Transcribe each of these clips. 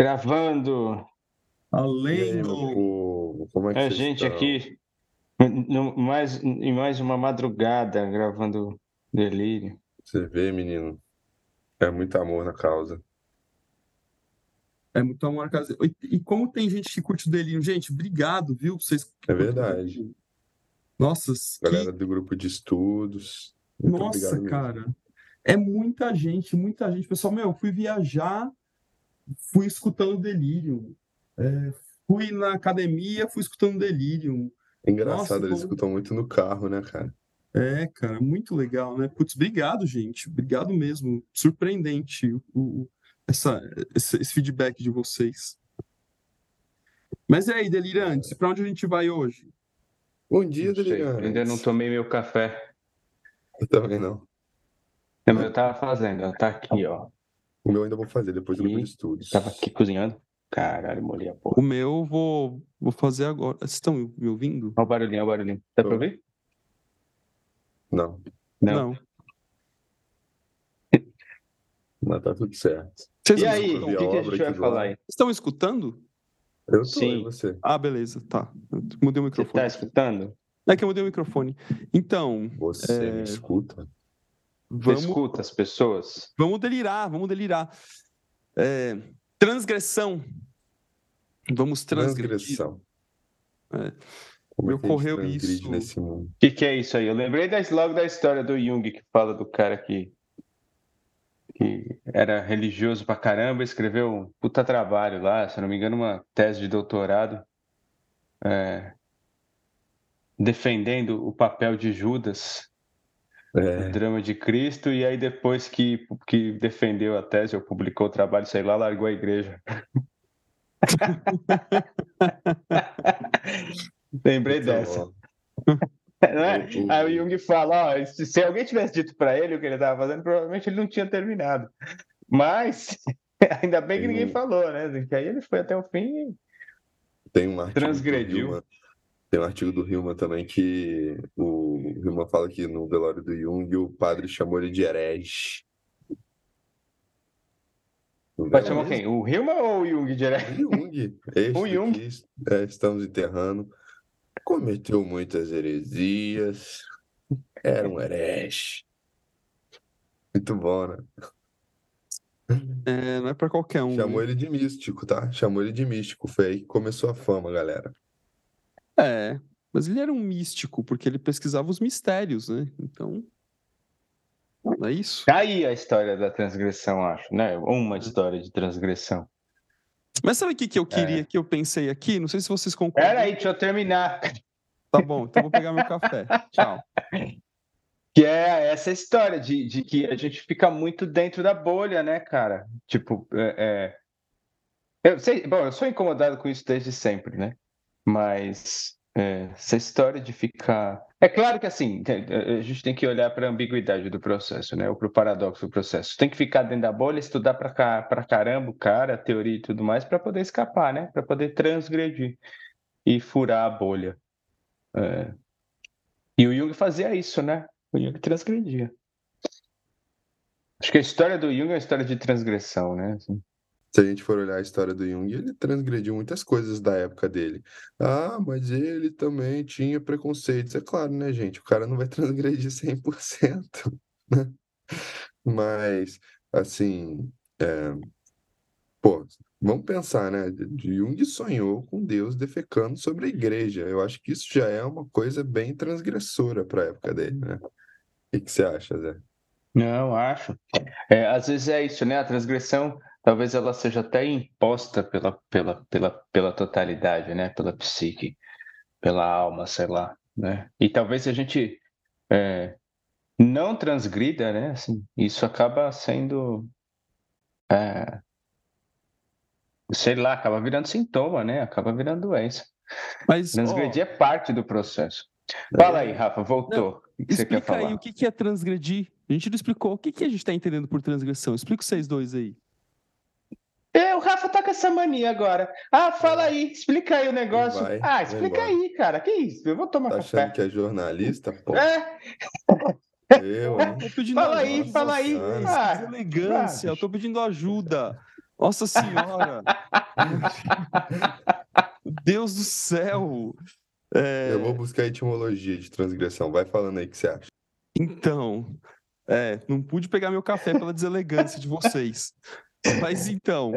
Gravando. E aí, meu Alendo. povo, como é que A vocês gente estão? aqui em mais uma madrugada gravando Delírio. Você vê, menino? É muito amor na causa. É muito amor na casa. E como tem gente que curte o delírio, gente, obrigado, viu? Vocês que É curtem o verdade. delírio. Nossa, Galera do grupo de estudos, muito Nossa, obrigado mesmo. cara. É muita gente, muita gente. Pessoal, eu fui viajar, fui escutando delírio. Fui na academia, fui escutando delírio. É Nossa, engraçado, eles escutam muito no carro, né, cara? cara, muito legal, né? Putz, obrigado, gente. Obrigado mesmo. Surpreendente esse feedback de vocês. Mas e aí, delirantes, para onde a gente vai hoje? Bom dia, Não sei, ainda não delirantes. tomei meu café. Eu também não. Eu tava fazendo, ó, tá aqui, ó. O meu ainda vou fazer depois do grupo de E tava aqui estudos. cozinhando. Caralho, molhei a O porra. meu vou fazer agora. Vocês estão me ouvindo? Olha o barulhinho, olha o barulhinho. Dá pra ouvir? Não, Não. mas tá tudo certo. Vocês E não aí, Eu vi o a que a obra gente aqui vai do falar lado. aí? estão escutando? Eu tô, e Sim. você? Ah, beleza, tá. Eu mudei o Você microfone. tá escutando? É que eu mudei o microfone. Então, Você me escuta? Você vamos, escuta as pessoas? vamos delirar, vamos delirar. Transgressão. Vamos transgredir. Transgressão. É, Como me é que a gente ocorreu transgride isso. nesse mundo? O que é isso aí? Eu lembrei logo da história do Jung, que fala do cara que era religioso pra caramba, escreveu um puta trabalho lá, se eu não me engano, uma tese de doutorado, defendendo o papel de Judas no É, drama de Cristo, e aí depois que defendeu a tese, ou publicou o trabalho, sei lá, largou a igreja. Lembrei muito dessa. bom. Não é? Aí o Jung fala, ó, se alguém tivesse dito para ele o que ele estava fazendo, provavelmente ele não tinha terminado. Mas ainda bem que ninguém falou, né? Que aí ele foi até o fim e Tem um artigo do transgrediu. Hillman, tem um artigo do Hillman também que o Hillman fala que no velório do Jung o padre chamou ele de herege. Mas chamou quem? O Hillman ou o Jung direto? O Jung, este O Jung. daqui estamos enterrando, cometeu muitas heresias, era um herege. Muito bom, né? Não é para qualquer um. Chamou Né? ele de místico, tá? Chamou ele de místico. Foi aí que começou a fama, galera. Mas ele era um místico, porque ele pesquisava os mistérios, né? Então, não é isso? Tá aí a história da transgressão, acho, né? Uma história de transgressão. Mas sabe o que eu queria, que eu pensei aqui? Não sei se vocês concordam. Peraí, deixa eu terminar. Tá bom, então vou pegar meu café. Tchau. Que é essa história de que a gente fica muito dentro da bolha, né, cara? Tipo, eu sei, bom, eu sou incomodado com isso desde sempre, né? Mas essa história de ficar. É claro que assim, a gente tem que olhar para a ambiguidade do processo, né? Ou para o paradoxo do processo. Tem que ficar dentro da bolha, estudar para caramba o cara, a teoria e tudo mais, para poder escapar, né? Para poder transgredir e furar a bolha. E o Jung fazia isso, né? O Jung transgredia. Acho que a história do Jung é uma história de transgressão, né? Assim. Se a gente for olhar a história do Jung, ele transgrediu muitas coisas da época dele. Ah, mas ele também tinha preconceitos. É claro, né, gente? O cara não vai transgredir 100%, né? Mas, assim, pô, vamos pensar, né? Jung sonhou com Deus defecando sobre a igreja. Eu acho que isso já é uma coisa bem transgressora para a época dele, né? O que você acha, Zé? Não, acho. Às vezes é isso, né? A transgressão, talvez ela seja até imposta pela totalidade, né? Pela psique, pela alma, sei lá, né? E talvez se a gente não transgrida, né? Assim, isso acaba sendo, sei lá, acaba virando sintoma, né? Acaba virando doença. Mas, Transgredir é parte do processo. Fala aí, Rafa, voltou. O que você quer explica aí falar? o que é transgredir. A gente não explicou. O que a gente está entendendo por transgressão? Explica vocês dois aí. O Rafa tá com essa mania agora. Ah, fala aí, explica aí o negócio. Vai Explica embora. aí, cara. Que isso? Eu vou tomar Tá achando café. que é jornalista, pô? É, Eu, hein? Tô pedindo fala ajuda aí, de Nossa fala aí. vocês. Senhora. Que deselegância. Eu Bicho. tô pedindo ajuda. Nossa Senhora! Deus do céu! Eu vou buscar a etimologia de transgressão. Vai falando aí o que você acha. Então, não pude pegar meu café pela deselegância de vocês. Mas então,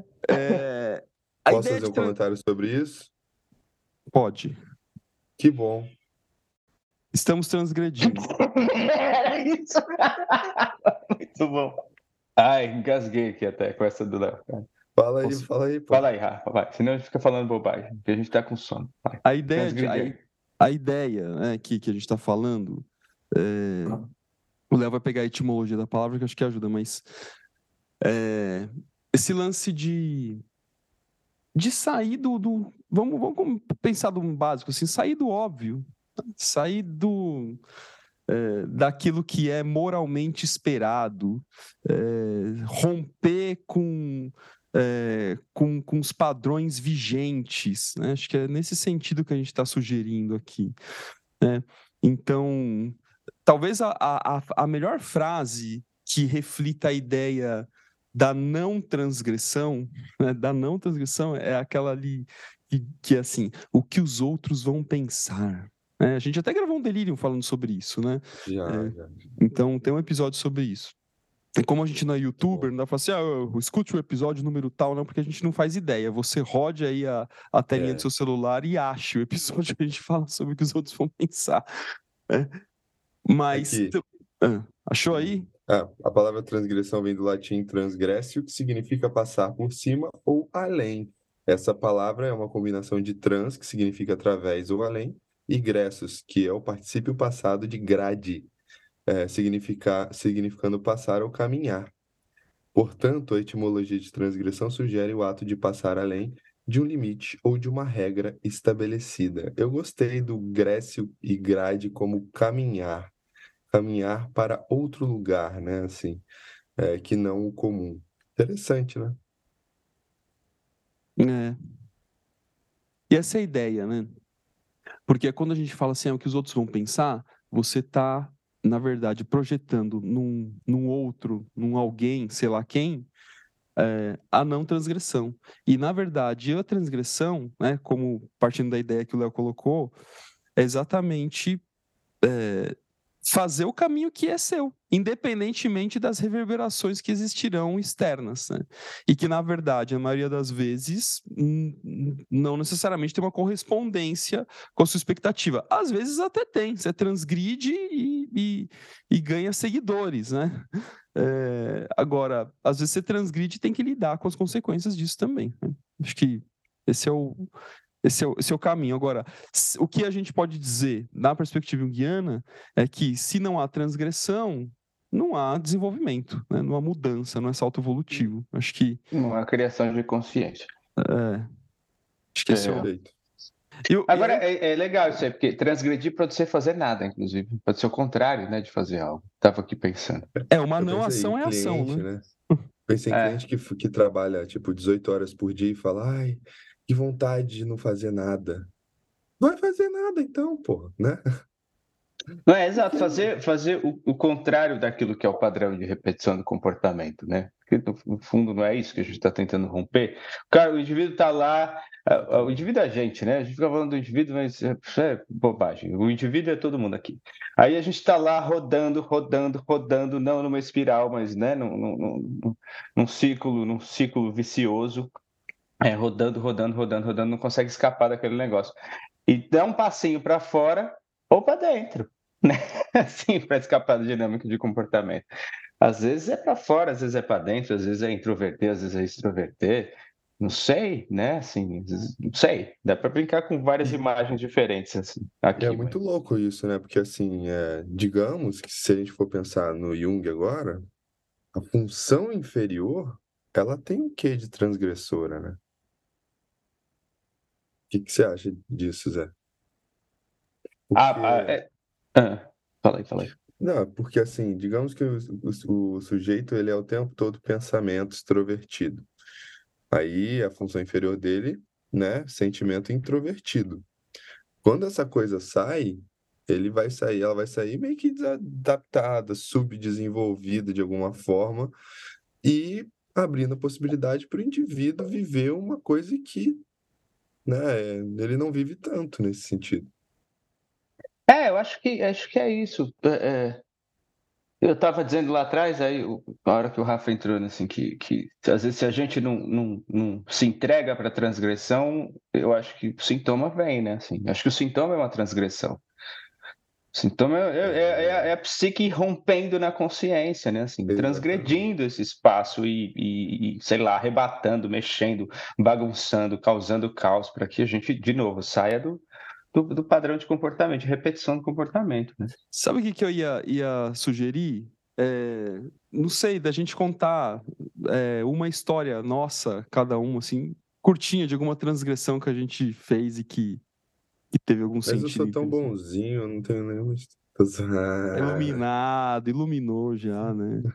a Posso ideia fazer de um comentário sobre isso? Pode. Que bom. Estamos transgredindo. Era isso. Muito bom. Ai, engasguei aqui até com essa do Léo. Fala aí, Posso- fala aí, pô. Fala aí, Rafa, vai. Senão a gente fica falando bobagem, porque a gente tá com sono. Vai. A ideia, Transgride aí. a ideia, né, que a gente está falando, o Léo vai pegar a etimologia da palavra, que eu acho que ajuda, mas esse lance de sair vamos pensar do básico, assim, sair do óbvio, sair daquilo que é moralmente esperado, romper com os padrões vigentes, né? Acho que é nesse sentido que a gente está sugerindo aqui, né? Então, talvez a melhor frase que reflita a ideia da não transgressão, né? Da não transgressão é aquela ali que é assim, o que os outros vão pensar. A gente até gravou um Delirium falando sobre isso, né? Já. Então, tem um episódio sobre isso. E como a gente não é youtuber, não dá pra falar assim, escute o episódio número tal, não, porque a gente não faz ideia. Você rode aí a telinha do seu celular e acha o episódio que a gente fala sobre o que os outros vão pensar. Mas, Aqui. Achou aí? A palavra transgressão vem do latim transgressio, que significa passar por cima ou além. Essa palavra é uma combinação de trans, que significa através ou além, e gressus, que é o particípio passado de grade, significando passar ou caminhar. Portanto, a etimologia de transgressão sugere o ato de passar além de um limite ou de uma regra estabelecida. Eu gostei do grécio e grade como caminhar para outro lugar, né? Assim, que não o comum. Interessante, né? E essa é a ideia, né? Porque quando a gente fala assim, o que os outros vão pensar, você está, na verdade, projetando num outro, num alguém, sei lá quem, a não transgressão. E, na verdade, a transgressão, né, como partindo da ideia que o Léo colocou, é exatamente fazer o caminho que é seu, independentemente das reverberações que existirão externas, né? E que, na verdade, a maioria das vezes, não necessariamente tem uma correspondência com a sua expectativa. Às vezes até tem, você transgride e ganha seguidores, né? Agora, às vezes você transgride e tem que lidar com as consequências disso também, né? Acho que esse é o caminho. Agora, o que a gente pode dizer, na perspectiva junguiana, é que se não há transgressão, não há desenvolvimento, né? Não há mudança, não é salto evolutivo. Acho que Uma criação de consciência. Esse é o... Perfeito. Agora, é legal isso aí, porque transgredir pode ser fazer nada, inclusive. Pode ser o contrário, né, de fazer algo. Estava aqui pensando. Uma Eu não pensei ação em é ação, cliente, né? Pensei em cliente que trabalha, tipo, 18 horas por dia e fala, ai, que vontade de não fazer nada. Vai fazer nada então, pô, né? Não é exato, fazer o contrário daquilo que é o padrão de repetição do comportamento, né? Porque no fundo não é isso que a gente está tentando romper. Cara, o indivíduo está lá, o indivíduo é a gente, né? A gente fica falando do indivíduo, mas isso é bobagem. O indivíduo é todo mundo aqui. Aí a gente está lá rodando, não numa espiral, mas né, num ciclo vicioso, rodando, não consegue escapar daquele negócio. E dá um passinho para fora ou para dentro, né? Assim, para escapar da dinâmica de comportamento. Às vezes é para fora, às vezes é para dentro, às vezes é introverter, às vezes é extroverter. Não sei, né? Assim, não sei. Dá para brincar com várias imagens diferentes assim, E é aqui, muito mas... louco isso, né? Porque, assim, digamos que se a gente for pensar no Jung agora, a função inferior, ela tem um quê de transgressora, né? O que você acha disso, Zé? Porque, Fala aí. não, porque assim, digamos que o sujeito, ele é o tempo todo pensamento extrovertido. Aí, a função inferior dele, né, sentimento introvertido. Quando essa coisa sai, ela vai sair meio que desadaptada, subdesenvolvida de alguma forma, e abrindo a possibilidade para o indivíduo viver uma coisa que, né, ele não vive tanto nesse sentido. Eu acho que é isso. Eu estava dizendo lá atrás, na hora que o Rafa entrou, né, assim, que às vezes se a gente não se entrega para a transgressão, eu acho que o sintoma vem, né? Assim, acho que o sintoma é uma transgressão. O sintoma é a psique rompendo na consciência, né? Assim, Exatamente. transgredindo esse espaço sei lá, arrebatando, mexendo, bagunçando, causando caos, para que a gente, de novo, saia do padrão de comportamento, de repetição do comportamento, né? Sabe o que eu ia sugerir? Não sei, da gente contar uma história nossa, cada um, assim, curtinha, de alguma transgressão que a gente fez e que teve algum Mas eu sou sentido tão interessante. bonzinho, eu não tenho nenhuma. Iluminou já, né?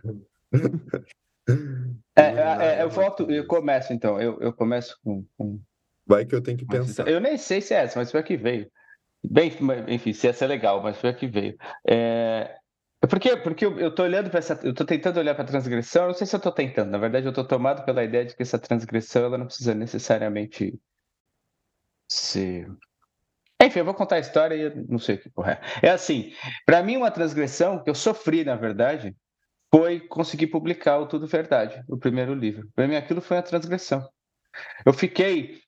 Eu Iluminado aqui volto, eu mesmo. começo então, eu começo com Vai que eu tenho que uma citação. pensar. Eu nem sei se é essa, mas foi a que veio. Bem, enfim, se essa é legal, mas foi a que veio. Porque eu estou olhando para essa, eu estou tentando olhar para a transgressão, eu não sei se eu estou tentando, na verdade eu estou tomado pela ideia de que essa transgressão ela não precisa necessariamente ser. Enfim, eu vou contar a história e eu não sei o que porra é. É assim, para mim uma transgressão que eu sofri, na verdade, foi conseguir publicar o Tudo Verdade, o primeiro livro. Para mim aquilo foi uma transgressão. Eu fiquei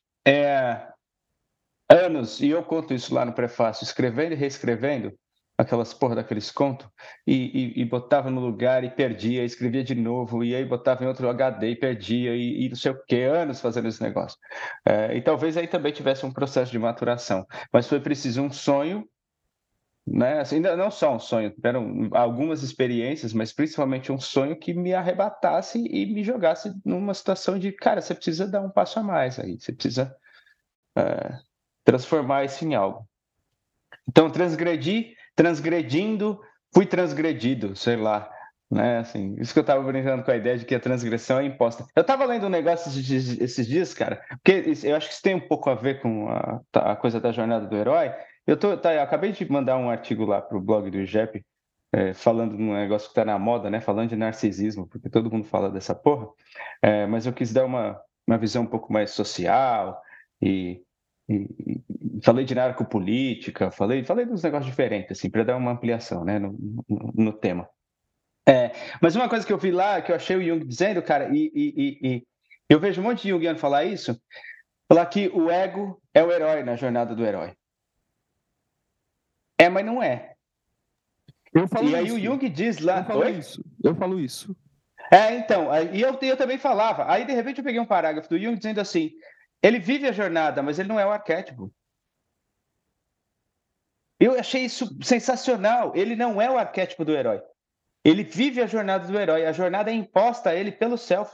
anos, e eu conto isso lá no prefácio, escrevendo e reescrevendo aquelas porra daqueles contos, e botava no lugar e perdia, escrevia de novo, e aí botava em outro HD e perdia, e não sei o que, anos fazendo esse negócio. E talvez aí também tivesse um processo de maturação, mas foi preciso um sonho, né? Assim, não só um sonho, eram algumas experiências, mas principalmente um sonho que me arrebatasse e me jogasse numa situação de, cara, você precisa dar um passo a mais aí, você precisa transformar isso em algo. Então, transgredindo, fui transgredido, sei lá. Né? Assim, isso que eu estava brincando com a ideia de que a transgressão é imposta. Eu estava lendo um negócio esses dias, cara, porque eu acho que isso tem um pouco a ver com a coisa da jornada do herói. Eu acabei de mandar um artigo lá para o blog do IGEP, falando de um negócio que está na moda, né? Falando de narcisismo, porque todo mundo fala dessa porra. Mas eu quis dar uma visão um pouco mais social e, falei de narcopolítica, falei dos negócios diferentes, assim, para dar uma ampliação, né, no tema. Mas uma coisa que eu vi lá, que eu achei o Jung dizendo, cara, e eu vejo um monte de Jungiano falar isso, falar que o ego é o herói na jornada do herói. Mas não é. Eu falo E aí isso. o Jung diz lá... Eu falo isso. Então, e eu também falava. Aí, de repente, eu peguei um parágrafo do Jung dizendo assim, ele vive a jornada, mas ele não é o arquétipo. Eu achei isso sensacional. Ele não é o arquétipo do herói. Ele vive a jornada do herói. A jornada é imposta a ele pelo self.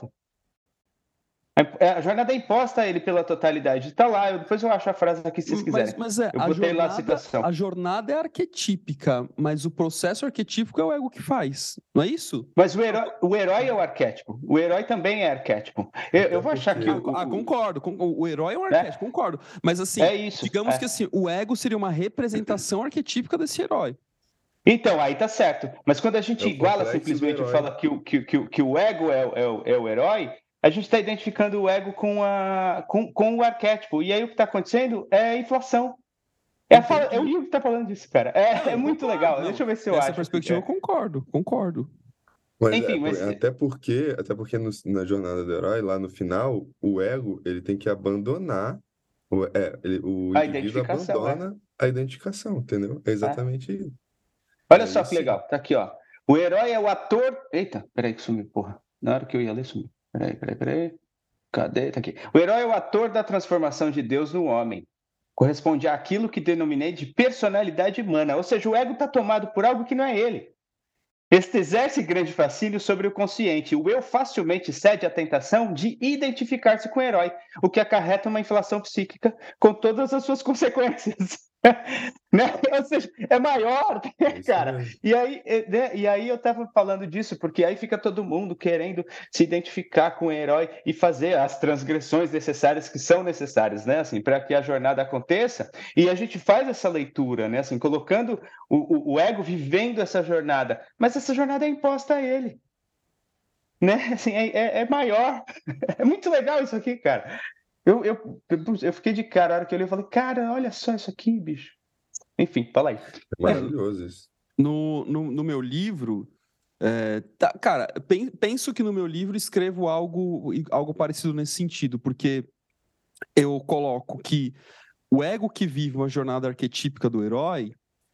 A jornada é imposta a ele pela totalidade. Está lá, depois eu acho a frase aqui se vocês quiserem. Mas eu botei lá a citação. A jornada é arquetípica, mas o processo arquetípico é o ego que faz, não é isso? Mas o herói é o arquétipo. O herói também é arquétipo. Eu vou achar que... Concordo. O herói é um arquétipo, concordo. Mas assim, digamos que assim, o ego seria uma representação arquetípica desse herói. Então, aí tá certo. Mas quando a gente iguala simplesmente e fala que o ego é o herói, a gente está identificando o ego com o arquétipo. E aí o que está acontecendo é a inflação. É o Jung que está falando disso, cara. É muito legal. Deixa eu ver se eu acho. Nessa perspectiva, eu concordo. Mas, enfim, até porque na jornada do herói, lá no final, o ego ele tem que abandonar, o indivíduo abandona a identificação, entendeu? É exatamente isso. Olha só que legal, tá aqui, ó. O herói é o ator... Eita, peraí que sumiu, porra. Na hora que eu ia ler, sumiu. Peraí. Cadê? Tá aqui. O herói é o ator da transformação de Deus no homem. Corresponde àquilo que denominei de personalidade humana. Ou seja, o ego está tomado por algo que não é ele. Este exerce grande fascínio sobre o consciente. O eu facilmente cede à tentação de identificar-se com o herói, o que acarreta uma inflação psíquica com todas as suas consequências. Né? Ou seja, é maior, cara. E aí eu estava falando disso, porque aí fica todo mundo querendo se identificar com o herói e fazer as transgressões necessárias que são necessárias, né? Assim, para que a jornada aconteça. E a gente faz essa leitura, né? Assim, colocando o ego vivendo essa jornada. Mas essa jornada é imposta a ele. né? Assim, é maior. É muito legal isso aqui, cara. Eu fiquei de cara, a hora que eu li, eu falei, cara, olha só isso aqui, bicho. Enfim, fala aí. É maravilhoso isso. No meu livro, cara, penso que no meu livro escrevo algo parecido nesse sentido, porque eu coloco que o ego que vive uma jornada arquetípica do herói,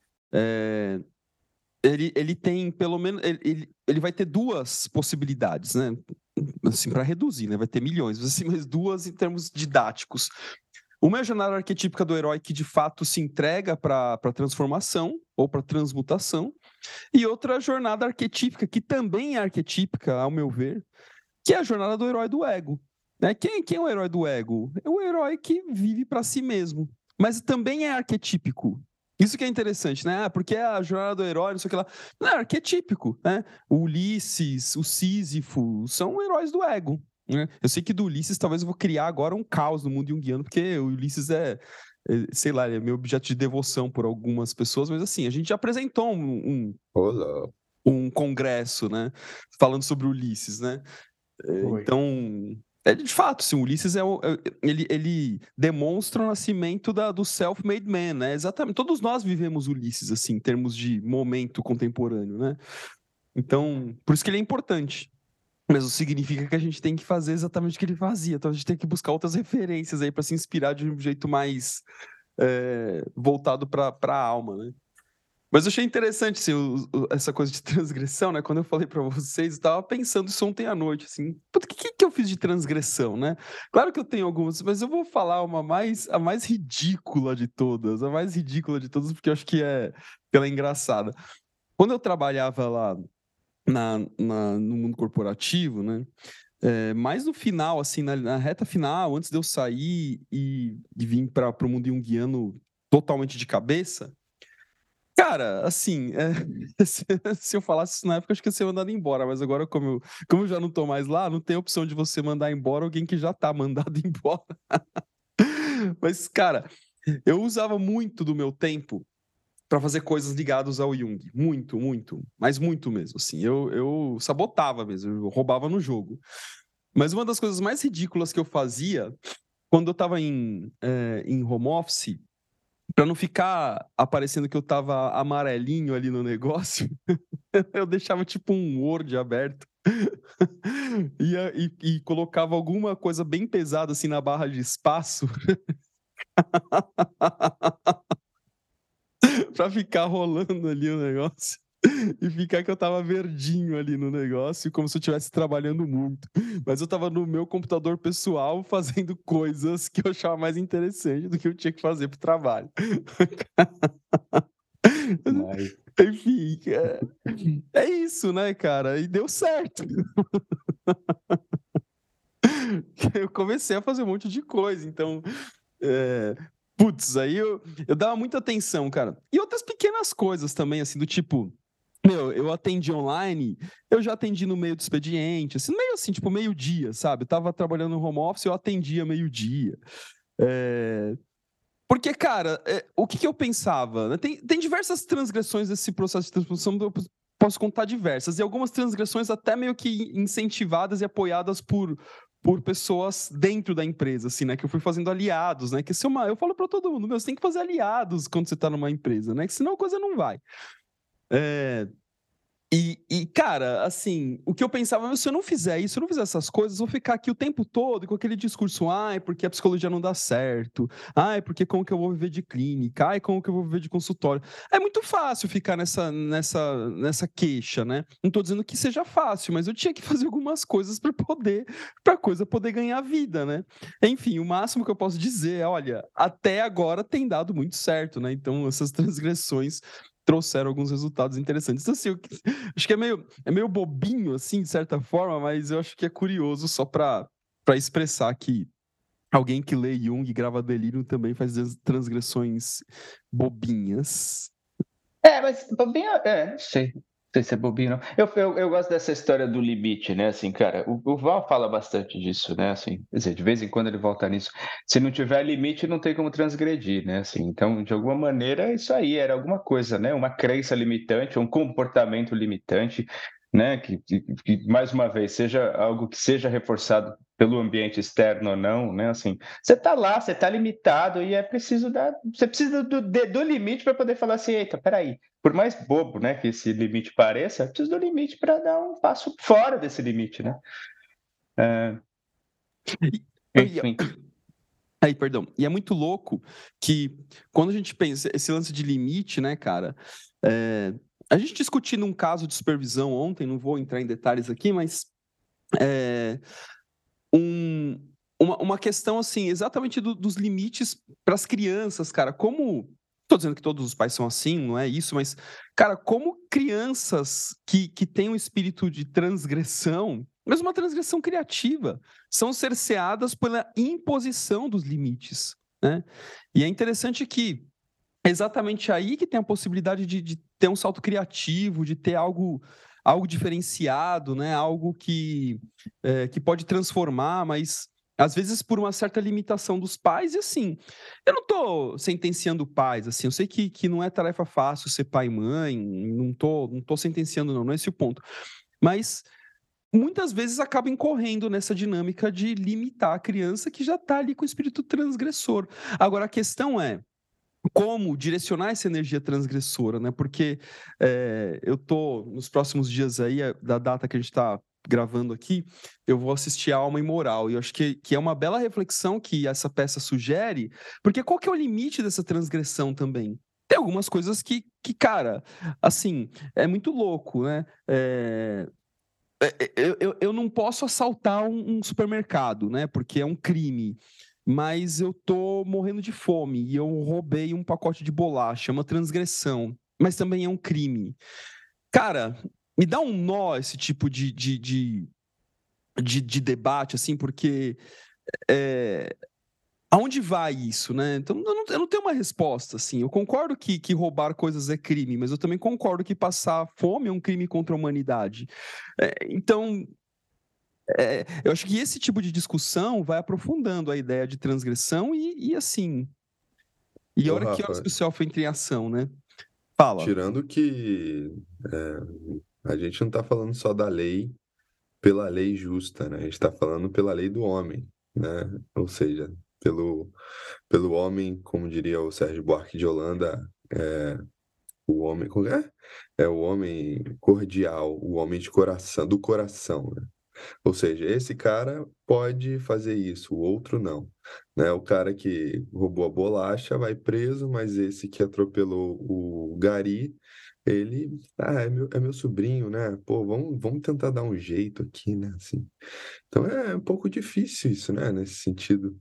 ele tem pelo menos. Ele vai ter duas possibilidades, né? Assim, para reduzir, né? Vai ter milhões, assim, mas duas em termos didáticos. Uma é a jornada arquetípica do herói que de fato se entrega para a transformação ou para transmutação, e outra jornada arquetípica, que também é arquetípica, ao meu ver, que é a jornada do herói do ego. Né? Quem é o herói do ego? É o herói que vive para si mesmo, mas também é arquetípico. Isso que é interessante, né? Porque a jornada do herói, não sei o que lá. Não, é arquetípico, né? O Ulisses, o Sísifo, são heróis do ego. Né? Eu sei que do Ulisses talvez eu vou criar agora um caos no mundo junguiano, porque o Ulisses sei lá, é meu objeto de devoção por algumas pessoas, mas assim, a gente já apresentou Olá. um congresso, né? Falando sobre Ulisses, né? Então, de fato, sim, o Ulisses ele demonstra o nascimento do self-made man, né? Exatamente. Todos nós vivemos Ulisses, assim, em termos de momento contemporâneo, né? Então, por isso que ele é importante. Mas não significa que a gente tem que fazer exatamente o que ele fazia. Então, a gente tem que buscar outras referências aí para se inspirar de um jeito mais voltado para a alma, né? Mas eu achei interessante assim, essa coisa de transgressão, né? Quando eu falei para vocês, eu estava pensando isso ontem à noite, assim, o que eu fiz de transgressão, né? Claro que eu tenho algumas, mas eu vou falar a mais ridícula de todas, porque eu acho que ela é engraçada. Quando eu trabalhava lá no mundo corporativo, né? Mais no final, assim, na reta final, antes de eu sair e vir para o mundo junguiano totalmente de cabeça. Cara, assim, se eu falasse isso na época, acho que ia ser mandado embora, mas agora, como eu já não tô mais lá, não tem opção de você mandar embora alguém que já tá mandado embora. Mas, cara, eu usava muito do meu tempo para fazer coisas ligadas ao Jung. Muito, muito, mas muito mesmo, assim. Eu sabotava mesmo, eu roubava no jogo. Mas uma das coisas mais ridículas que eu fazia, quando eu tava em home office, para não ficar aparecendo que eu tava amarelinho ali no negócio, eu deixava tipo um Word aberto e colocava alguma coisa bem pesada assim na barra de espaço para ficar rolando ali o negócio. E ficar que eu tava verdinho ali no negócio, como se eu estivesse trabalhando muito. Mas eu tava no meu computador pessoal fazendo coisas que eu achava mais interessante do que eu tinha que fazer pro trabalho. Mas... Enfim, é isso, né, cara? E deu certo. Eu comecei a fazer um monte de coisa, então, putz, aí eu dava muita atenção, cara. E outras pequenas coisas também, assim, do tipo, eu atendi online, eu já atendi no meio do expediente, assim, meio assim, tipo, meio-dia, sabe? Eu tava trabalhando no home office, eu atendia meio-dia. Porque, cara, o que eu pensava? Né? Tem diversas transgressões desse processo de transposição, eu posso contar diversas, e algumas transgressões até meio que incentivadas e apoiadas por pessoas dentro da empresa, assim, né? Que eu fui fazendo aliados, né? Que eu falo para todo mundo, você tem que fazer aliados quando você tá numa empresa, né? Que senão a coisa não vai. Cara, assim, o que eu pensava, se eu não fizer isso, se eu não fizer essas coisas, eu vou ficar aqui o tempo todo com aquele discurso, ai, porque a psicologia não dá certo, ai, porque como que eu vou viver de clínica, ai, como que eu vou viver de consultório. É muito fácil ficar nessa queixa, né? Não tô dizendo que seja fácil, mas eu tinha que fazer algumas coisas para a coisa poder ganhar vida, né? Enfim, o máximo que eu posso dizer é, olha, até agora tem dado muito certo, né? Então, essas transgressões trouxeram alguns resultados interessantes. Então, assim, acho que é meio bobinho, assim, de certa forma, mas eu acho que é curioso só para expressar que alguém que lê Jung e grava Delírio também faz transgressões bobinhas. Mas bobinho, não sei. Não sei se é bobinho, não. Eu gosto dessa história do limite, né? Assim, cara, o Val fala bastante disso, né? Assim, quer dizer, de vez em quando ele volta nisso. Se não tiver limite, não tem como transgredir, né? Assim, então, de alguma maneira, isso aí era alguma coisa, né? Uma crença limitante, um comportamento limitante. né? Que, mais uma vez, seja algo que seja reforçado pelo ambiente externo ou não, né? Assim, você está lá, você está limitado e você precisa do limite para poder falar assim, eita, peraí, por mais bobo, né, que esse limite pareça, precisa do limite para dar um passo fora desse limite, né? Enfim. Aí, perdão. E é muito louco que quando a gente pensa esse lance de limite, né, cara? A gente discutindo um caso de supervisão ontem, não vou entrar em detalhes aqui, mas uma questão assim, exatamente dos limites para as crianças, cara. Como estou dizendo que todos os pais são assim, não é isso, mas, cara, como crianças que têm um espírito de transgressão, mas uma transgressão criativa, são cerceadas pela imposição dos limites, né? E é interessante que é exatamente aí que tem a possibilidade de ter um salto criativo, de ter algo diferenciado, né? Algo que pode transformar, mas às vezes por uma certa limitação dos pais, e assim, eu não estou sentenciando pais, assim, eu sei que não é tarefa fácil ser pai e mãe, não tô sentenciando não é esse o ponto, mas muitas vezes acaba incorrendo nessa dinâmica de limitar a criança que já está ali com o espírito transgressor. Agora, a questão é, como direcionar essa energia transgressora, né? Porque eu tô nos próximos dias aí, da data que a gente está gravando aqui, eu vou assistir a Alma Imoral, e eu acho que é uma bela reflexão que essa peça sugere, porque qual que é o limite dessa transgressão também? Tem algumas coisas que cara, assim, é muito louco, né? Eu não posso assaltar um supermercado, né? Porque é um crime. Mas eu tô morrendo de fome e eu roubei um pacote de bolacha, é uma transgressão, mas também é um crime. Cara, me dá um nó esse tipo de debate, assim, porque aonde vai isso, né? Então, eu não tenho uma resposta, assim. Eu concordo que roubar coisas é crime, mas eu também concordo que passar fome é um crime contra a humanidade. Então, eu acho que esse tipo de discussão vai aprofundando a ideia de transgressão e assim. E a Ô, hora que horas Rafa, que o self entra em ação, né? Fala. tirando que a gente não está falando só da lei pela lei justa, né? A gente está falando pela lei do homem, né? Ou seja, pelo homem, como diria o Sérgio Buarque de Holanda, o homem, como é? É o homem cordial, o homem de coração, do coração, né? Ou seja, esse cara pode fazer isso, o outro não, né? O cara que roubou a bolacha vai preso, mas esse que atropelou o gari, ele, é meu sobrinho, né? Pô, vamos tentar dar um jeito aqui, né? Assim. Então é um pouco difícil isso, né? Nesse sentido.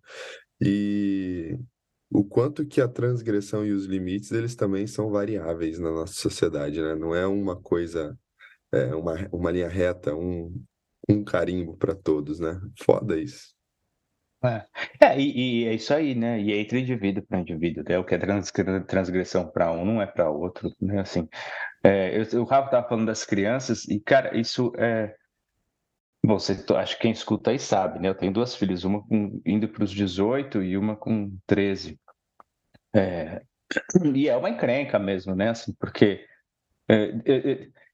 E o quanto que a transgressão e os limites, eles também são variáveis na nossa sociedade, né? Não é uma coisa, uma linha reta, um carimbo para todos, né? Foda isso. E é isso aí, né? E é entre indivíduo para indivíduo, né? O que é transgressão para um não é para outro, né? Assim, o Rafa estava falando das crianças e, cara, isso é. Bom, acho que quem escuta aí sabe, né? Eu tenho duas filhas, uma indo para os 18 e uma com 13. É, e é uma encrenca mesmo, né? Assim, porque é, é,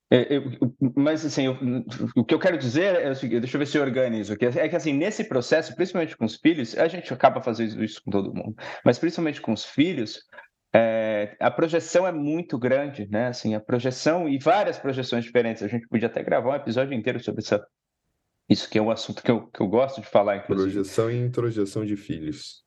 mas assim, o que eu quero dizer é o seguinte, deixa eu ver se eu organizo aqui. É que assim, nesse processo, principalmente com os filhos, a gente acaba fazendo isso com todo mundo, mas principalmente com os filhos, a projeção é muito grande, né? Assim, a projeção e várias projeções diferentes. A gente podia até gravar um episódio inteiro sobre isso que é um assunto que eu gosto de falar, inclusive. Projeção e introjeção de filhos.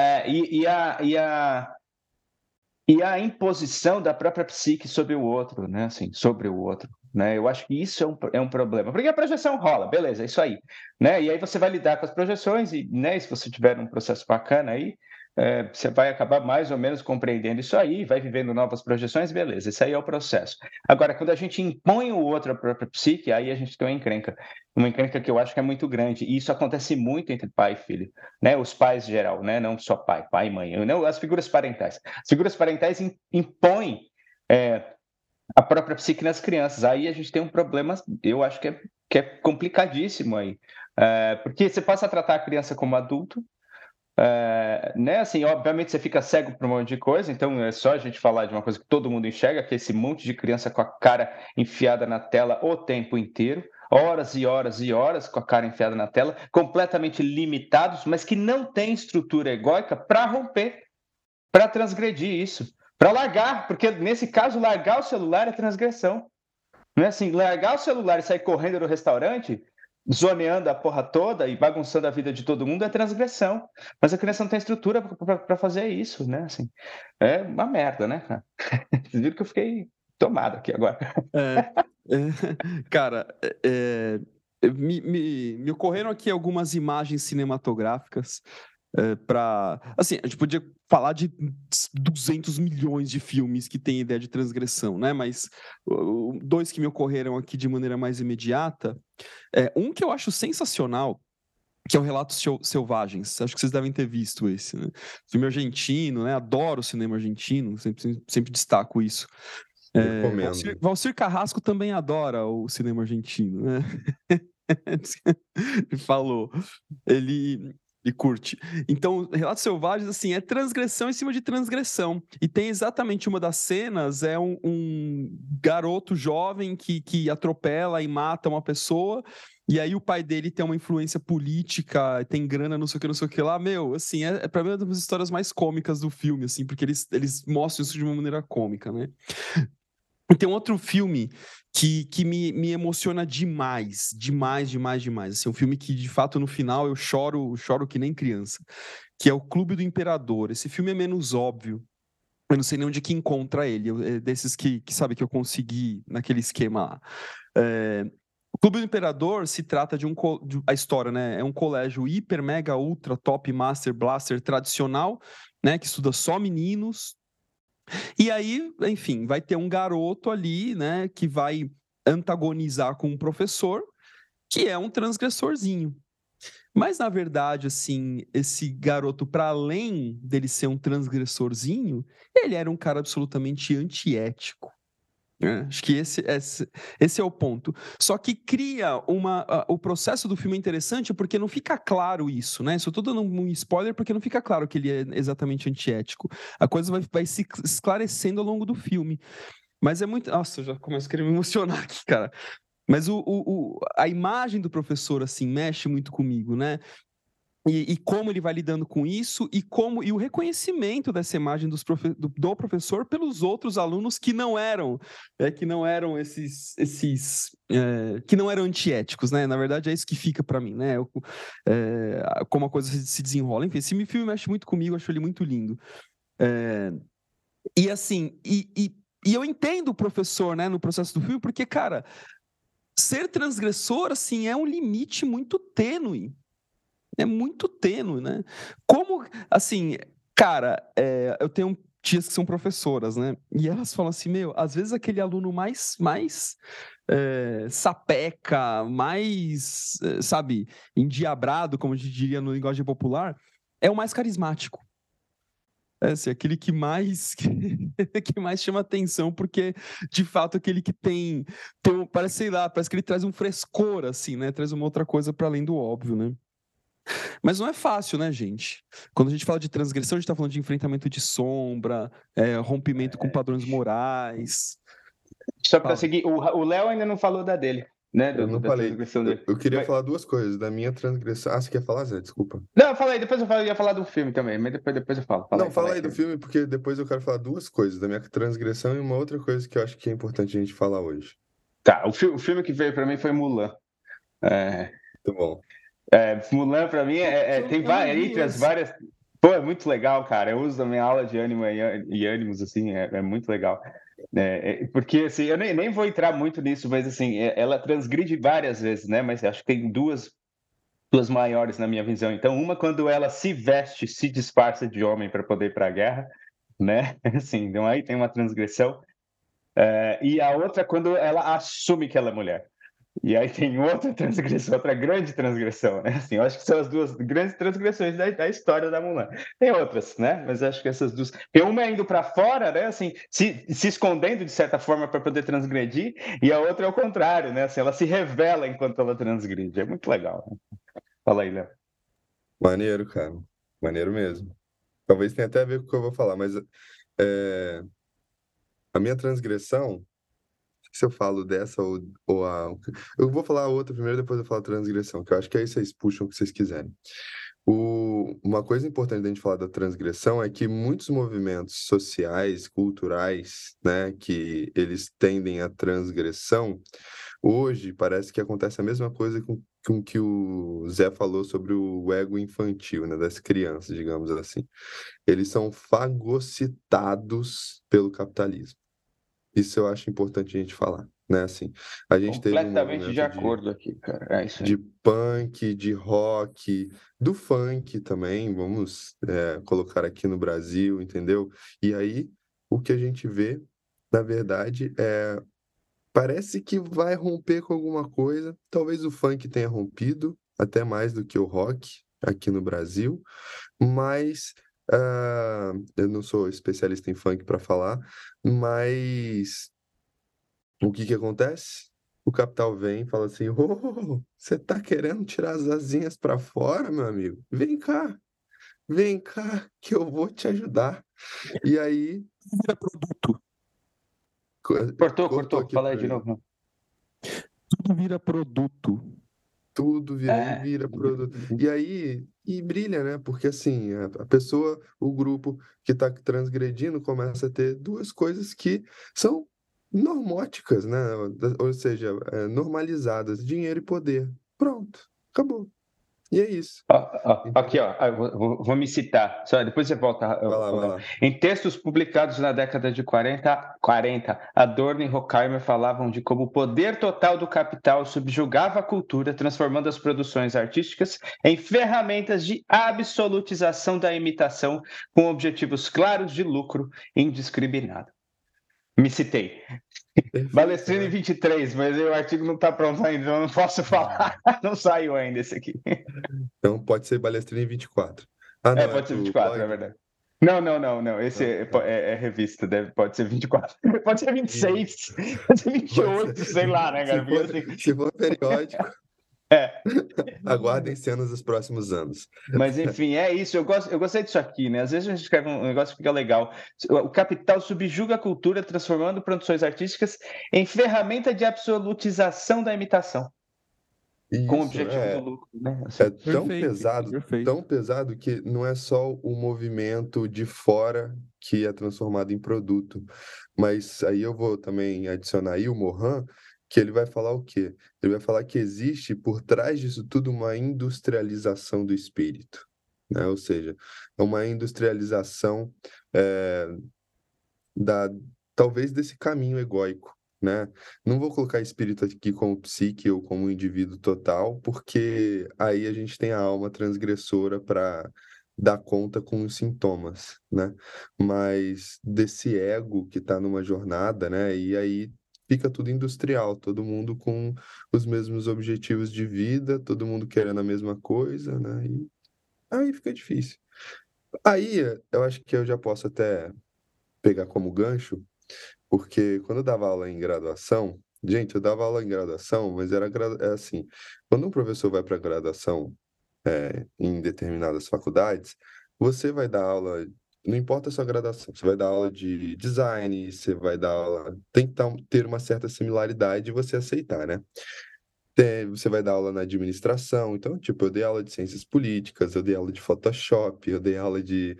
E a imposição da própria psique sobre o outro, né? Assim, sobre o outro. Né? Eu acho que isso é um problema. Porque a projeção rola, beleza, é isso aí. Né? E aí você vai lidar com as projeções, e né, se você tiver um processo bacana aí, você vai acabar mais ou menos compreendendo isso aí, vai vivendo novas projeções, beleza, esse aí é o processo. Agora, quando a gente impõe o outro à própria psique, aí a gente tem uma encrenca que eu acho que é muito grande, e isso acontece muito entre pai e filho, né? Os pais em geral, né? Não só pai e mãe, não, as figuras parentais. As figuras parentais impõem a própria psique nas crianças, aí a gente tem um problema, eu acho que é complicadíssimo aí, porque você passa a tratar a criança como adulto, né? Assim, obviamente você fica cego para um monte de coisa, então é só a gente falar de uma coisa que todo mundo enxerga, que é esse monte de criança com a cara enfiada na tela o tempo inteiro, horas e horas e horas com a cara enfiada na tela, completamente limitados, mas que não tem estrutura egóica para romper, para transgredir isso, para largar, porque nesse caso largar o celular é transgressão. Não é assim, largar o celular e sair correndo no restaurante, zoneando a porra toda e bagunçando a vida de todo mundo é transgressão. Mas a criança não tem estrutura para fazer isso, né? Assim, é uma merda, né, cara? Vocês viram que eu fiquei tomado aqui agora. Cara, me ocorreram aqui algumas imagens cinematográficas para... Assim, a gente podia falar de 200 milhões de filmes que têm ideia de transgressão, né? Mas dois que me ocorreram aqui de maneira mais imediata. Um que eu acho sensacional, que é o Relatos Selvagens. Acho que vocês devem ter visto esse, né? Filme argentino, né? Adoro o cinema argentino, sempre destaco isso. Recomendo. Valcir Carrasco também adora o cinema argentino, né? Falou. Ele curte. Então, Relatos Selvagens, assim, é transgressão em cima de transgressão. E tem exatamente uma das cenas, é um garoto jovem que atropela e mata uma pessoa, e aí o pai dele tem uma influência política, tem grana, não sei o que lá. Meu, assim, pra mim é uma das histórias mais cômicas do filme, assim, porque eles mostram isso de uma maneira cômica, né? E tem um outro filme que me emociona demais, demais, demais, demais. Assim, um filme que, de fato, no final eu choro que nem criança, que é O Clube do Imperador. Esse filme é menos óbvio. Eu não sei nem onde que encontra ele. É desses que sabe que eu consegui naquele esquema lá. O Clube do Imperador se trata a história, né? É um colégio hiper, mega, ultra, top, master, blaster tradicional, né? Que estuda só meninos. E aí, enfim, vai ter um garoto ali, né, que vai antagonizar com um professor, que é um transgressorzinho. Mas, na verdade, assim, esse garoto, para além dele ser um transgressorzinho, ele era um cara absolutamente antiético. Acho que esse é o ponto. Só que cria o processo do filme é interessante porque não fica claro isso, né? Só tô dando um spoiler porque não fica claro que ele é exatamente antiético. A coisa vai se esclarecendo ao longo do filme. Mas é muito... Nossa, eu já começo a querer me emocionar aqui, cara. Mas a imagem do professor, assim, mexe muito comigo, né? E como ele vai lidando com isso e o reconhecimento dessa imagem do professor pelos outros alunos que não eram que não eram antiéticos, né? Na verdade é isso que fica para mim, né? Como a coisa se desenrola. Enfim, esse filme mexe muito comigo, acho ele muito lindo. E assim, e eu entendo o professor, né, no processo do filme, porque, cara, ser transgressor, assim, é um limite muito tênue. É muito tênue, né? Como, assim, cara, eu tenho tias que são professoras, né? E elas falam assim, meu, às vezes aquele aluno mais sapeca, mais, sabe, endiabrado, como a gente diria no linguagem popular, é o mais carismático. Assim, aquele que mais que mais chama atenção, porque de fato aquele que parece, sei lá, parece que ele traz um frescor, assim, né? Traz uma outra coisa para além do óbvio, né? Mas não é fácil, né, gente? Quando a gente fala de transgressão, a gente tá falando de enfrentamento de sombra, rompimento com padrões morais. Só para seguir, o Léo ainda não falou da dele, né? Eu não Da falei. transgressão dele. Eu queria falar duas coisas. Da minha transgressão. Ah, você quer falar, Zé? Desculpa. Não, fala aí, depois eu ia falar do filme também, mas depois eu falo. Fala aí do filme, porque depois eu quero falar duas coisas. Da minha transgressão e uma outra coisa que eu acho que é importante a gente falar hoje. Tá, o filme que veio para mim foi Mulan. Muito bom. Mulan, para mim, tem entre as várias. Pô, é muito legal, cara. Eu uso a minha aula de ânimo e ânimos, assim, é muito legal. Porque, assim, eu nem vou entrar muito nisso, mas, assim, ela transgride várias vezes, né? Mas acho que tem duas maiores na minha visão. Então, uma, quando ela se veste, se disfarça de homem para poder ir para a guerra, né? Assim, então aí tem uma transgressão. E a outra, quando ela assume que ela é mulher. E aí tem outra transgressão, outra grande transgressão, né? Assim, eu acho que são as duas grandes transgressões da história da Mulan. Tem outras, né? Mas acho que essas duas. Tem uma indo para fora, né? Assim, se escondendo de certa forma para poder transgredir, e a outra é o contrário, né? Assim, ela se revela enquanto ela transgride. É muito legal. Né? Fala aí, Léo. Maneiro, cara. Maneiro mesmo. Talvez tenha até a ver com o que eu vou falar, mas é, a minha transgressão, se eu falo dessa ou a. Eu vou falar a outra primeiro, depois eu falo a transgressão, que eu acho que aí vocês puxam o que vocês quiserem. Uma coisa importante da gente falar da transgressão é que muitos movimentos sociais, culturais, né, que eles tendem à transgressão, hoje parece que acontece a mesma coisa com que o Zé falou sobre o ego infantil, né, das crianças, digamos assim. Eles são fagocitados pelo capitalismo. Isso eu acho importante a gente falar, né? Assim, a gente teve um Completamente de movimento acordo aqui, cara. É isso de aí. punk, de rock, do funk também, vamos colocar aqui no Brasil, entendeu? E aí, o que a gente vê, na verdade, parece que vai romper com alguma coisa. Talvez o funk tenha rompido, até mais do que o rock aqui no Brasil, mas eu não sou especialista em funk para falar, mas o que que acontece? O capital vem e fala assim: Ô, você tá querendo tirar as asinhas para fora, meu amigo? Vem cá, que eu vou te ajudar. E aí, Vira produto. cortou Cortou. aqui Fala aí para de mim. novo. Tudo vira produto. Tudo É. vira produto. E aí, e brilha, né? Porque assim, a pessoa, o grupo que está transgredindo começa a ter duas coisas que são normóticas, né? Ou seja, normalizadas: dinheiro e poder. Pronto, acabou. E é isso, Aqui, entendeu? ó, eu vou me citar, só depois você volta, Vai Léo. lá. Em textos publicados na década de 40, Adorno e Horkheimer falavam de como o poder total do capital subjugava a cultura, transformando as produções artísticas em ferramentas de absolutização da imitação, com objetivos claros de lucro indiscriminado. Me citei. Perfeito, Balestrini né? 23, mas o artigo não está pronto ainda, eu não posso falar. Não saiu ainda esse aqui. Então pode ser Balestrinha 24. Ah, É, não, é pode ser pro 24, é blog? verdade. Não. Esse Não, é, tá. é revista, pode ser 24. Pode ser E 26, pode ser pode ser. 28, sei lá, né, Se cara? Porque for, assim, se for periódico, é. aguardem cenas dos próximos anos. Mas enfim, é isso. Eu gostei disso aqui, né? Às vezes a gente escreve um negócio que fica legal. O capital subjuga a cultura, transformando produções artísticas em ferramenta de absolutização da imitação, com o Isso, objetivo do né? lucro, né? É Assim. Perfeito, perfeito. tão pesado que não é só o movimento de fora que é transformado em produto, mas aí eu vou também adicionar aí o Mohan, que ele vai falar o quê? Ele vai falar que existe por trás disso tudo uma industrialização do espírito, né? Ou seja, é uma industrialização é, da talvez desse caminho egóico, né? Não vou colocar espírito aqui como psique ou como indivíduo total, porque aí a gente tem a alma transgressora para dar conta com os sintomas, né? Mas desse ego que está numa jornada, né? E aí fica tudo industrial, todo mundo com os mesmos objetivos de vida, todo mundo querendo a mesma coisa, né? E aí fica difícil. Aí eu acho que eu já posso até pegar como gancho, porque quando eu dava aula em graduação, gente, eu dava aula em graduação, mas é assim, quando um professor vai para graduação em determinadas faculdades, você vai dar aula, não importa a sua graduação, você vai dar aula de design, você vai dar aula, tem que ter uma certa similaridade e você aceitar, né? Você vai dar aula na administração, então, tipo, eu dei aula de ciências políticas, eu dei aula de Photoshop, eu dei aula de.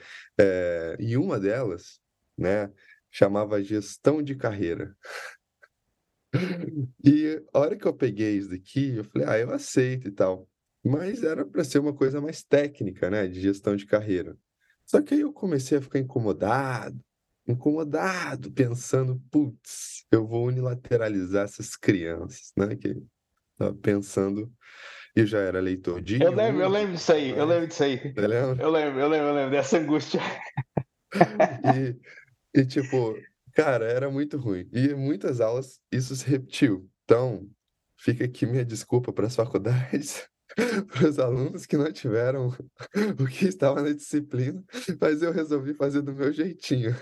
E uma delas, né, chamava gestão de carreira. E a hora que eu peguei isso daqui, eu falei, eu aceito e tal. Mas era para ser uma coisa mais técnica, né, de gestão de carreira. Só que aí eu comecei a ficar incomodado, pensando, putz, eu vou unilateralizar essas crianças, né, que tava pensando, eu já era leitor de Eu Jung lembro e disso tudo aí, eu mais, lembro disso aí. você lembra? Eu lembro dessa angústia. E, e tipo, cara, era muito ruim. E em muitas aulas isso se repetiu. Então, fica aqui minha desculpa para as faculdades, para os alunos que não tiveram o que estava na disciplina, mas eu resolvi fazer do meu jeitinho.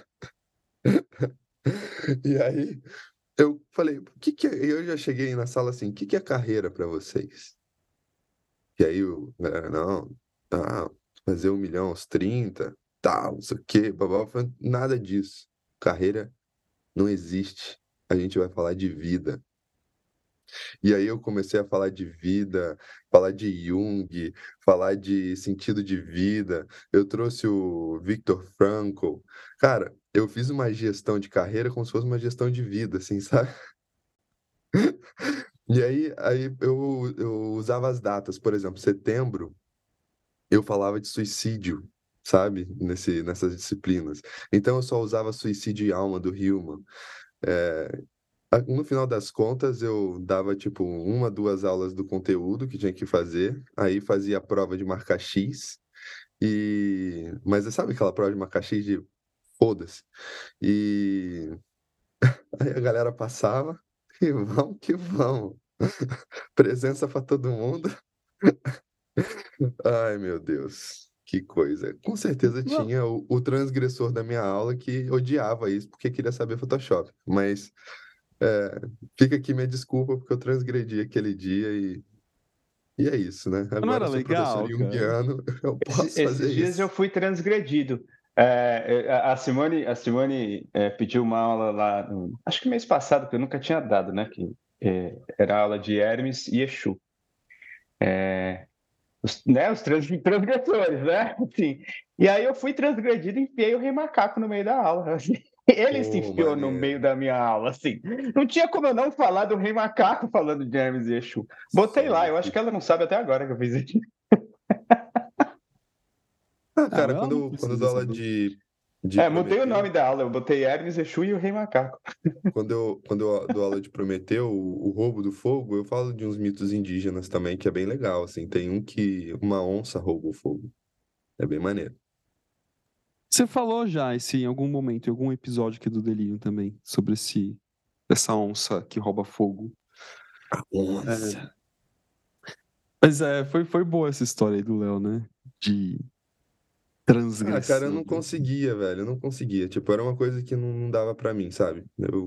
E aí eu falei, eu já cheguei na sala assim, o que é carreira para vocês? E aí, não, tá. fazer 1 milhão aos 30, tal, não sei o quê, babá. Nada disso. Carreira não existe. A gente vai falar de vida. E aí eu comecei a falar de vida, falar de Jung, falar de sentido de vida. Eu trouxe o Viktor Frankl. Cara, eu fiz uma gestão de carreira como se fosse uma gestão de vida, assim, sabe? E aí eu usava as datas, por exemplo, setembro, eu falava de suicídio, sabe? Nessas disciplinas. Então eu só usava Suicídio e Alma do Hillman. No final das contas, eu dava tipo 1, 2 aulas do conteúdo que tinha que fazer, aí fazia a prova de marcar X, mas você sabe aquela prova de marcar X de foda-se? E aí a galera passava e vamos que vamos. Presença para todo mundo. Ai, meu Deus, que coisa. Com certeza Não, tinha o transgressor da minha aula que odiava isso porque queria saber Photoshop, mas é, fica aqui minha desculpa porque eu transgredi aquele dia e é isso, né? não Agora era eu sou professor legal, cara? junguiano, eu posso Esses fazer dias eu isso. fui transgredido. A Simone pediu uma aula lá, acho que mês passado, que eu nunca tinha dado, né? Que era a aula de Hermes e Exu. Os transgressores, né? Assim. E aí eu fui transgredido e enfiei o Rei Macaco no meio da aula. Assim. Ele se Pô, enfiou no meio maneiro. da minha aula, assim. Não tinha como eu não falar do Rei Macaco falando de Hermes e Exu. Botei lá, Sim, eu acho sim. que ela não sabe até agora que eu fiz isso. Ah, Ah, cara, mas ela não quando eu dou precisa aula saber. de Mudei o Prometeu, nome da aula, eu botei Hermes, Exu e o Rei Macaco. quando eu dou aula de Prometeu, o roubo do fogo, eu falo de uns mitos indígenas também, que é bem legal, assim. Tem um que uma onça rouba o fogo. É bem maneiro. Você falou já em algum momento, em algum episódio aqui do Delírio também, sobre essa onça que rouba fogo. Onça. É, mas foi boa essa história aí do Léo, né? De Ah, cara, eu transgressão, não né? conseguia, velho. Eu não conseguia. Tipo, era uma coisa que não dava pra mim, sabe?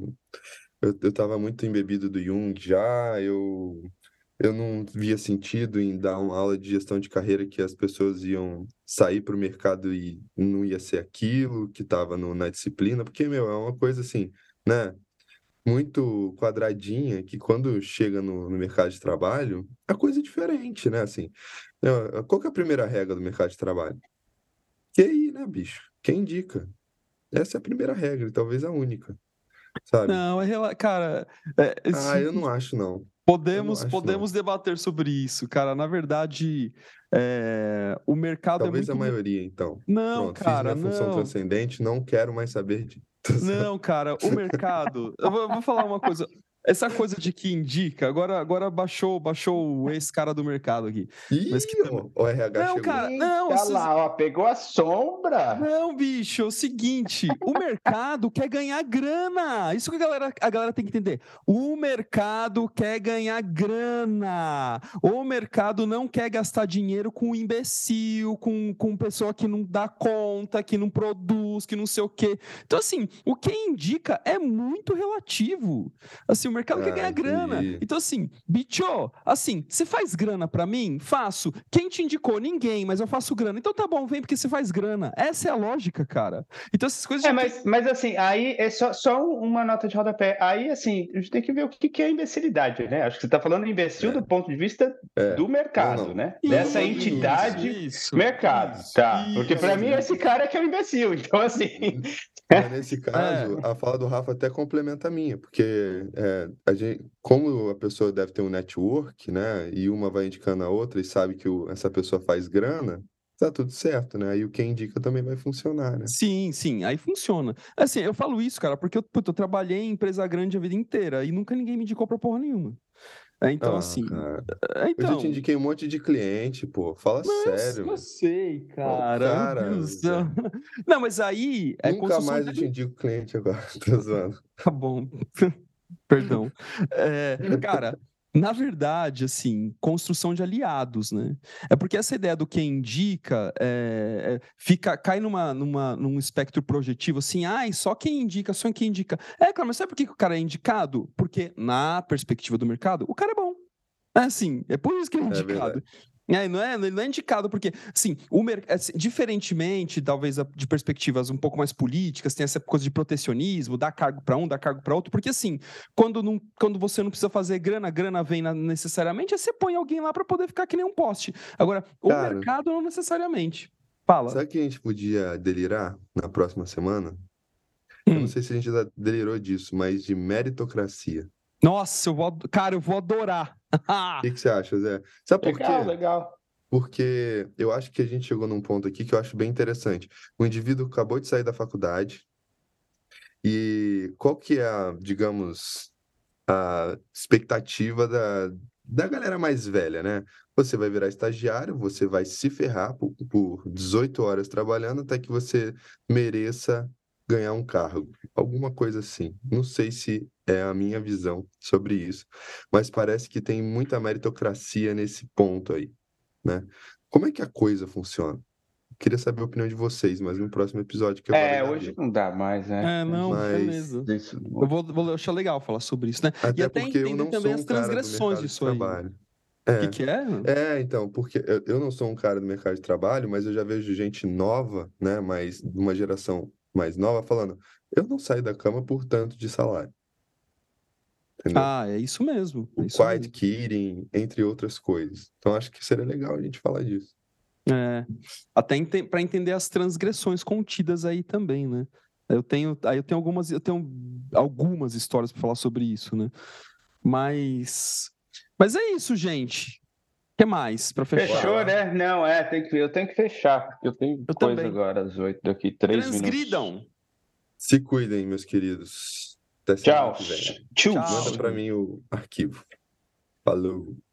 Eu tava muito embebido do Jung já, eu não via sentido em dar uma aula de gestão de carreira que as pessoas iam sair pro mercado e não ia ser aquilo que tava na disciplina, porque, meu, é uma coisa assim, né? Muito quadradinha que quando chega no mercado de trabalho, a coisa é diferente, né? Assim, qual que é a primeira regra do mercado de trabalho? QI, né, bicho? Quem indica? Essa é a primeira regra, e talvez a única, sabe? Não, cara, Ah, eu não acho, não. Eu não acho, não. podemos debater sobre isso, cara. Na verdade, o mercado é Talvez a muito. maioria, então. Não, Pronto, fiz cara, minha função não. transcendente, não quero mais saber de. Não, cara, o mercado. Eu vou falar uma coisa. Essa coisa de que indica, agora baixou esse cara do mercado aqui. Mas que Ih, também. o RH Não, chegou. cara, não, Eita lá, ó, pegou a sombra. não, bicho, é o seguinte, o mercado quer ganhar grana. Isso que a galera tem que entender. O mercado quer ganhar grana. O mercado não quer gastar dinheiro com imbecil, com pessoa que não dá conta, que não produz, que não sei o quê. Então, assim, o que indica é muito relativo. Assim, o mercado quer Ah, ganhar grana. entendi. Então, assim, bicho, assim, você faz grana pra mim? Faço. Quem te indicou? Ninguém, mas eu faço grana. Então tá bom, vem porque você faz grana. Essa é a lógica, cara. Então essas coisas de que. Mas assim, aí é só uma nota de rodapé. Aí, assim, a gente tem que ver o que é imbecilidade, né? Acho que você está falando imbecil É, do ponto de vista é. do Não, mercado, não. né? Eu tô Dessa falando do Jung, entidade sim. mercado, tá? Porque para mim esse Isso. cara que é o imbecil. Então, assim, Mas nesse caso, É, a fala do Rafa até complementa a minha, porque a gente, como a pessoa deve ter um network, né, e uma vai indicando a outra e sabe que essa pessoa faz grana, tá tudo certo, né? Aí o quem indica também vai funcionar, né? sim, sim, aí funciona. Assim, eu falo isso, cara, porque eu trabalhei em empresa grande a vida inteira e nunca ninguém me indicou pra porra nenhuma. Então, Ah, assim, cara, eu já te então. indiquei um monte de cliente, pô. Fala Não, sério, eu meu. sei, Ô, cara. Meu cara, Deus do céu. Não, mas aí é nunca construção mais de. eu te indico cliente agora, tô zoando. Tá bom. Perdão. Cara, na verdade, assim, construção de aliados, né? É porque essa ideia do quem indica cai num espectro projetivo, assim, só quem indica, só quem indica. Cara, mas sabe por que o cara é indicado? Porque, na perspectiva do mercado, o cara é bom. É assim, é por isso que ele é É indicado. verdade. Ele não é indicado, porque, assim, diferentemente, talvez, de perspectivas um pouco mais políticas, tem essa coisa de protecionismo, dar cargo para um, dar cargo para outro, porque, assim, quando você não precisa fazer grana, a grana vem necessariamente, aí você põe alguém lá para poder ficar que nem um poste. Agora, o Cara, mercado não necessariamente. Fala. sabe que a gente podia delirar na próxima semana? Eu não sei se a gente já delirou disso, mas de meritocracia. Nossa, eu vou adorar. O que você acha, Zé? Sabe por Legal, quê? legal. Porque eu acho que a gente chegou num ponto aqui que eu acho bem interessante. O indivíduo acabou de sair da faculdade e qual que é digamos, a expectativa da galera mais velha, né? Você vai virar estagiário, você vai se ferrar por 18 horas trabalhando até que você mereça ganhar um cargo. Alguma coisa assim. Não sei se é a minha visão sobre isso, mas parece que tem muita meritocracia nesse ponto aí, né? Como é que a coisa funciona? Queria saber a opinião de vocês, mas no próximo episódio que eu falei da Hoje minha. não dá mais, né? Não, Mas beleza. Isso, Eu vou achar legal falar sobre isso, né? E até até porque eu entender não também sou as um cara do transgressões mercado de disso aí. O trabalho. que é? Então, porque eu não sou um cara do mercado de trabalho, mas eu já vejo gente nova, né, mas de uma geração mais nova, falando, eu não saio da cama por tanto de salário, entendeu? É isso mesmo. É O isso quiet mesmo. quitting, entre outras coisas. Então, acho que seria legal a gente falar disso. Até para entender as transgressões contidas aí também, né? Eu tenho algumas histórias para falar sobre isso, né? Mas é isso, gente. O que mais para fechar? Bora Fechou, lá. né? Não, eu tenho que fechar, porque eu tenho Eu coisa também. agora às 8, daqui 3 minutos. Transgridam. Se cuidem, meus queridos. Até semana Tchau. que vem. Tchau. Manda para mim o arquivo. Falou.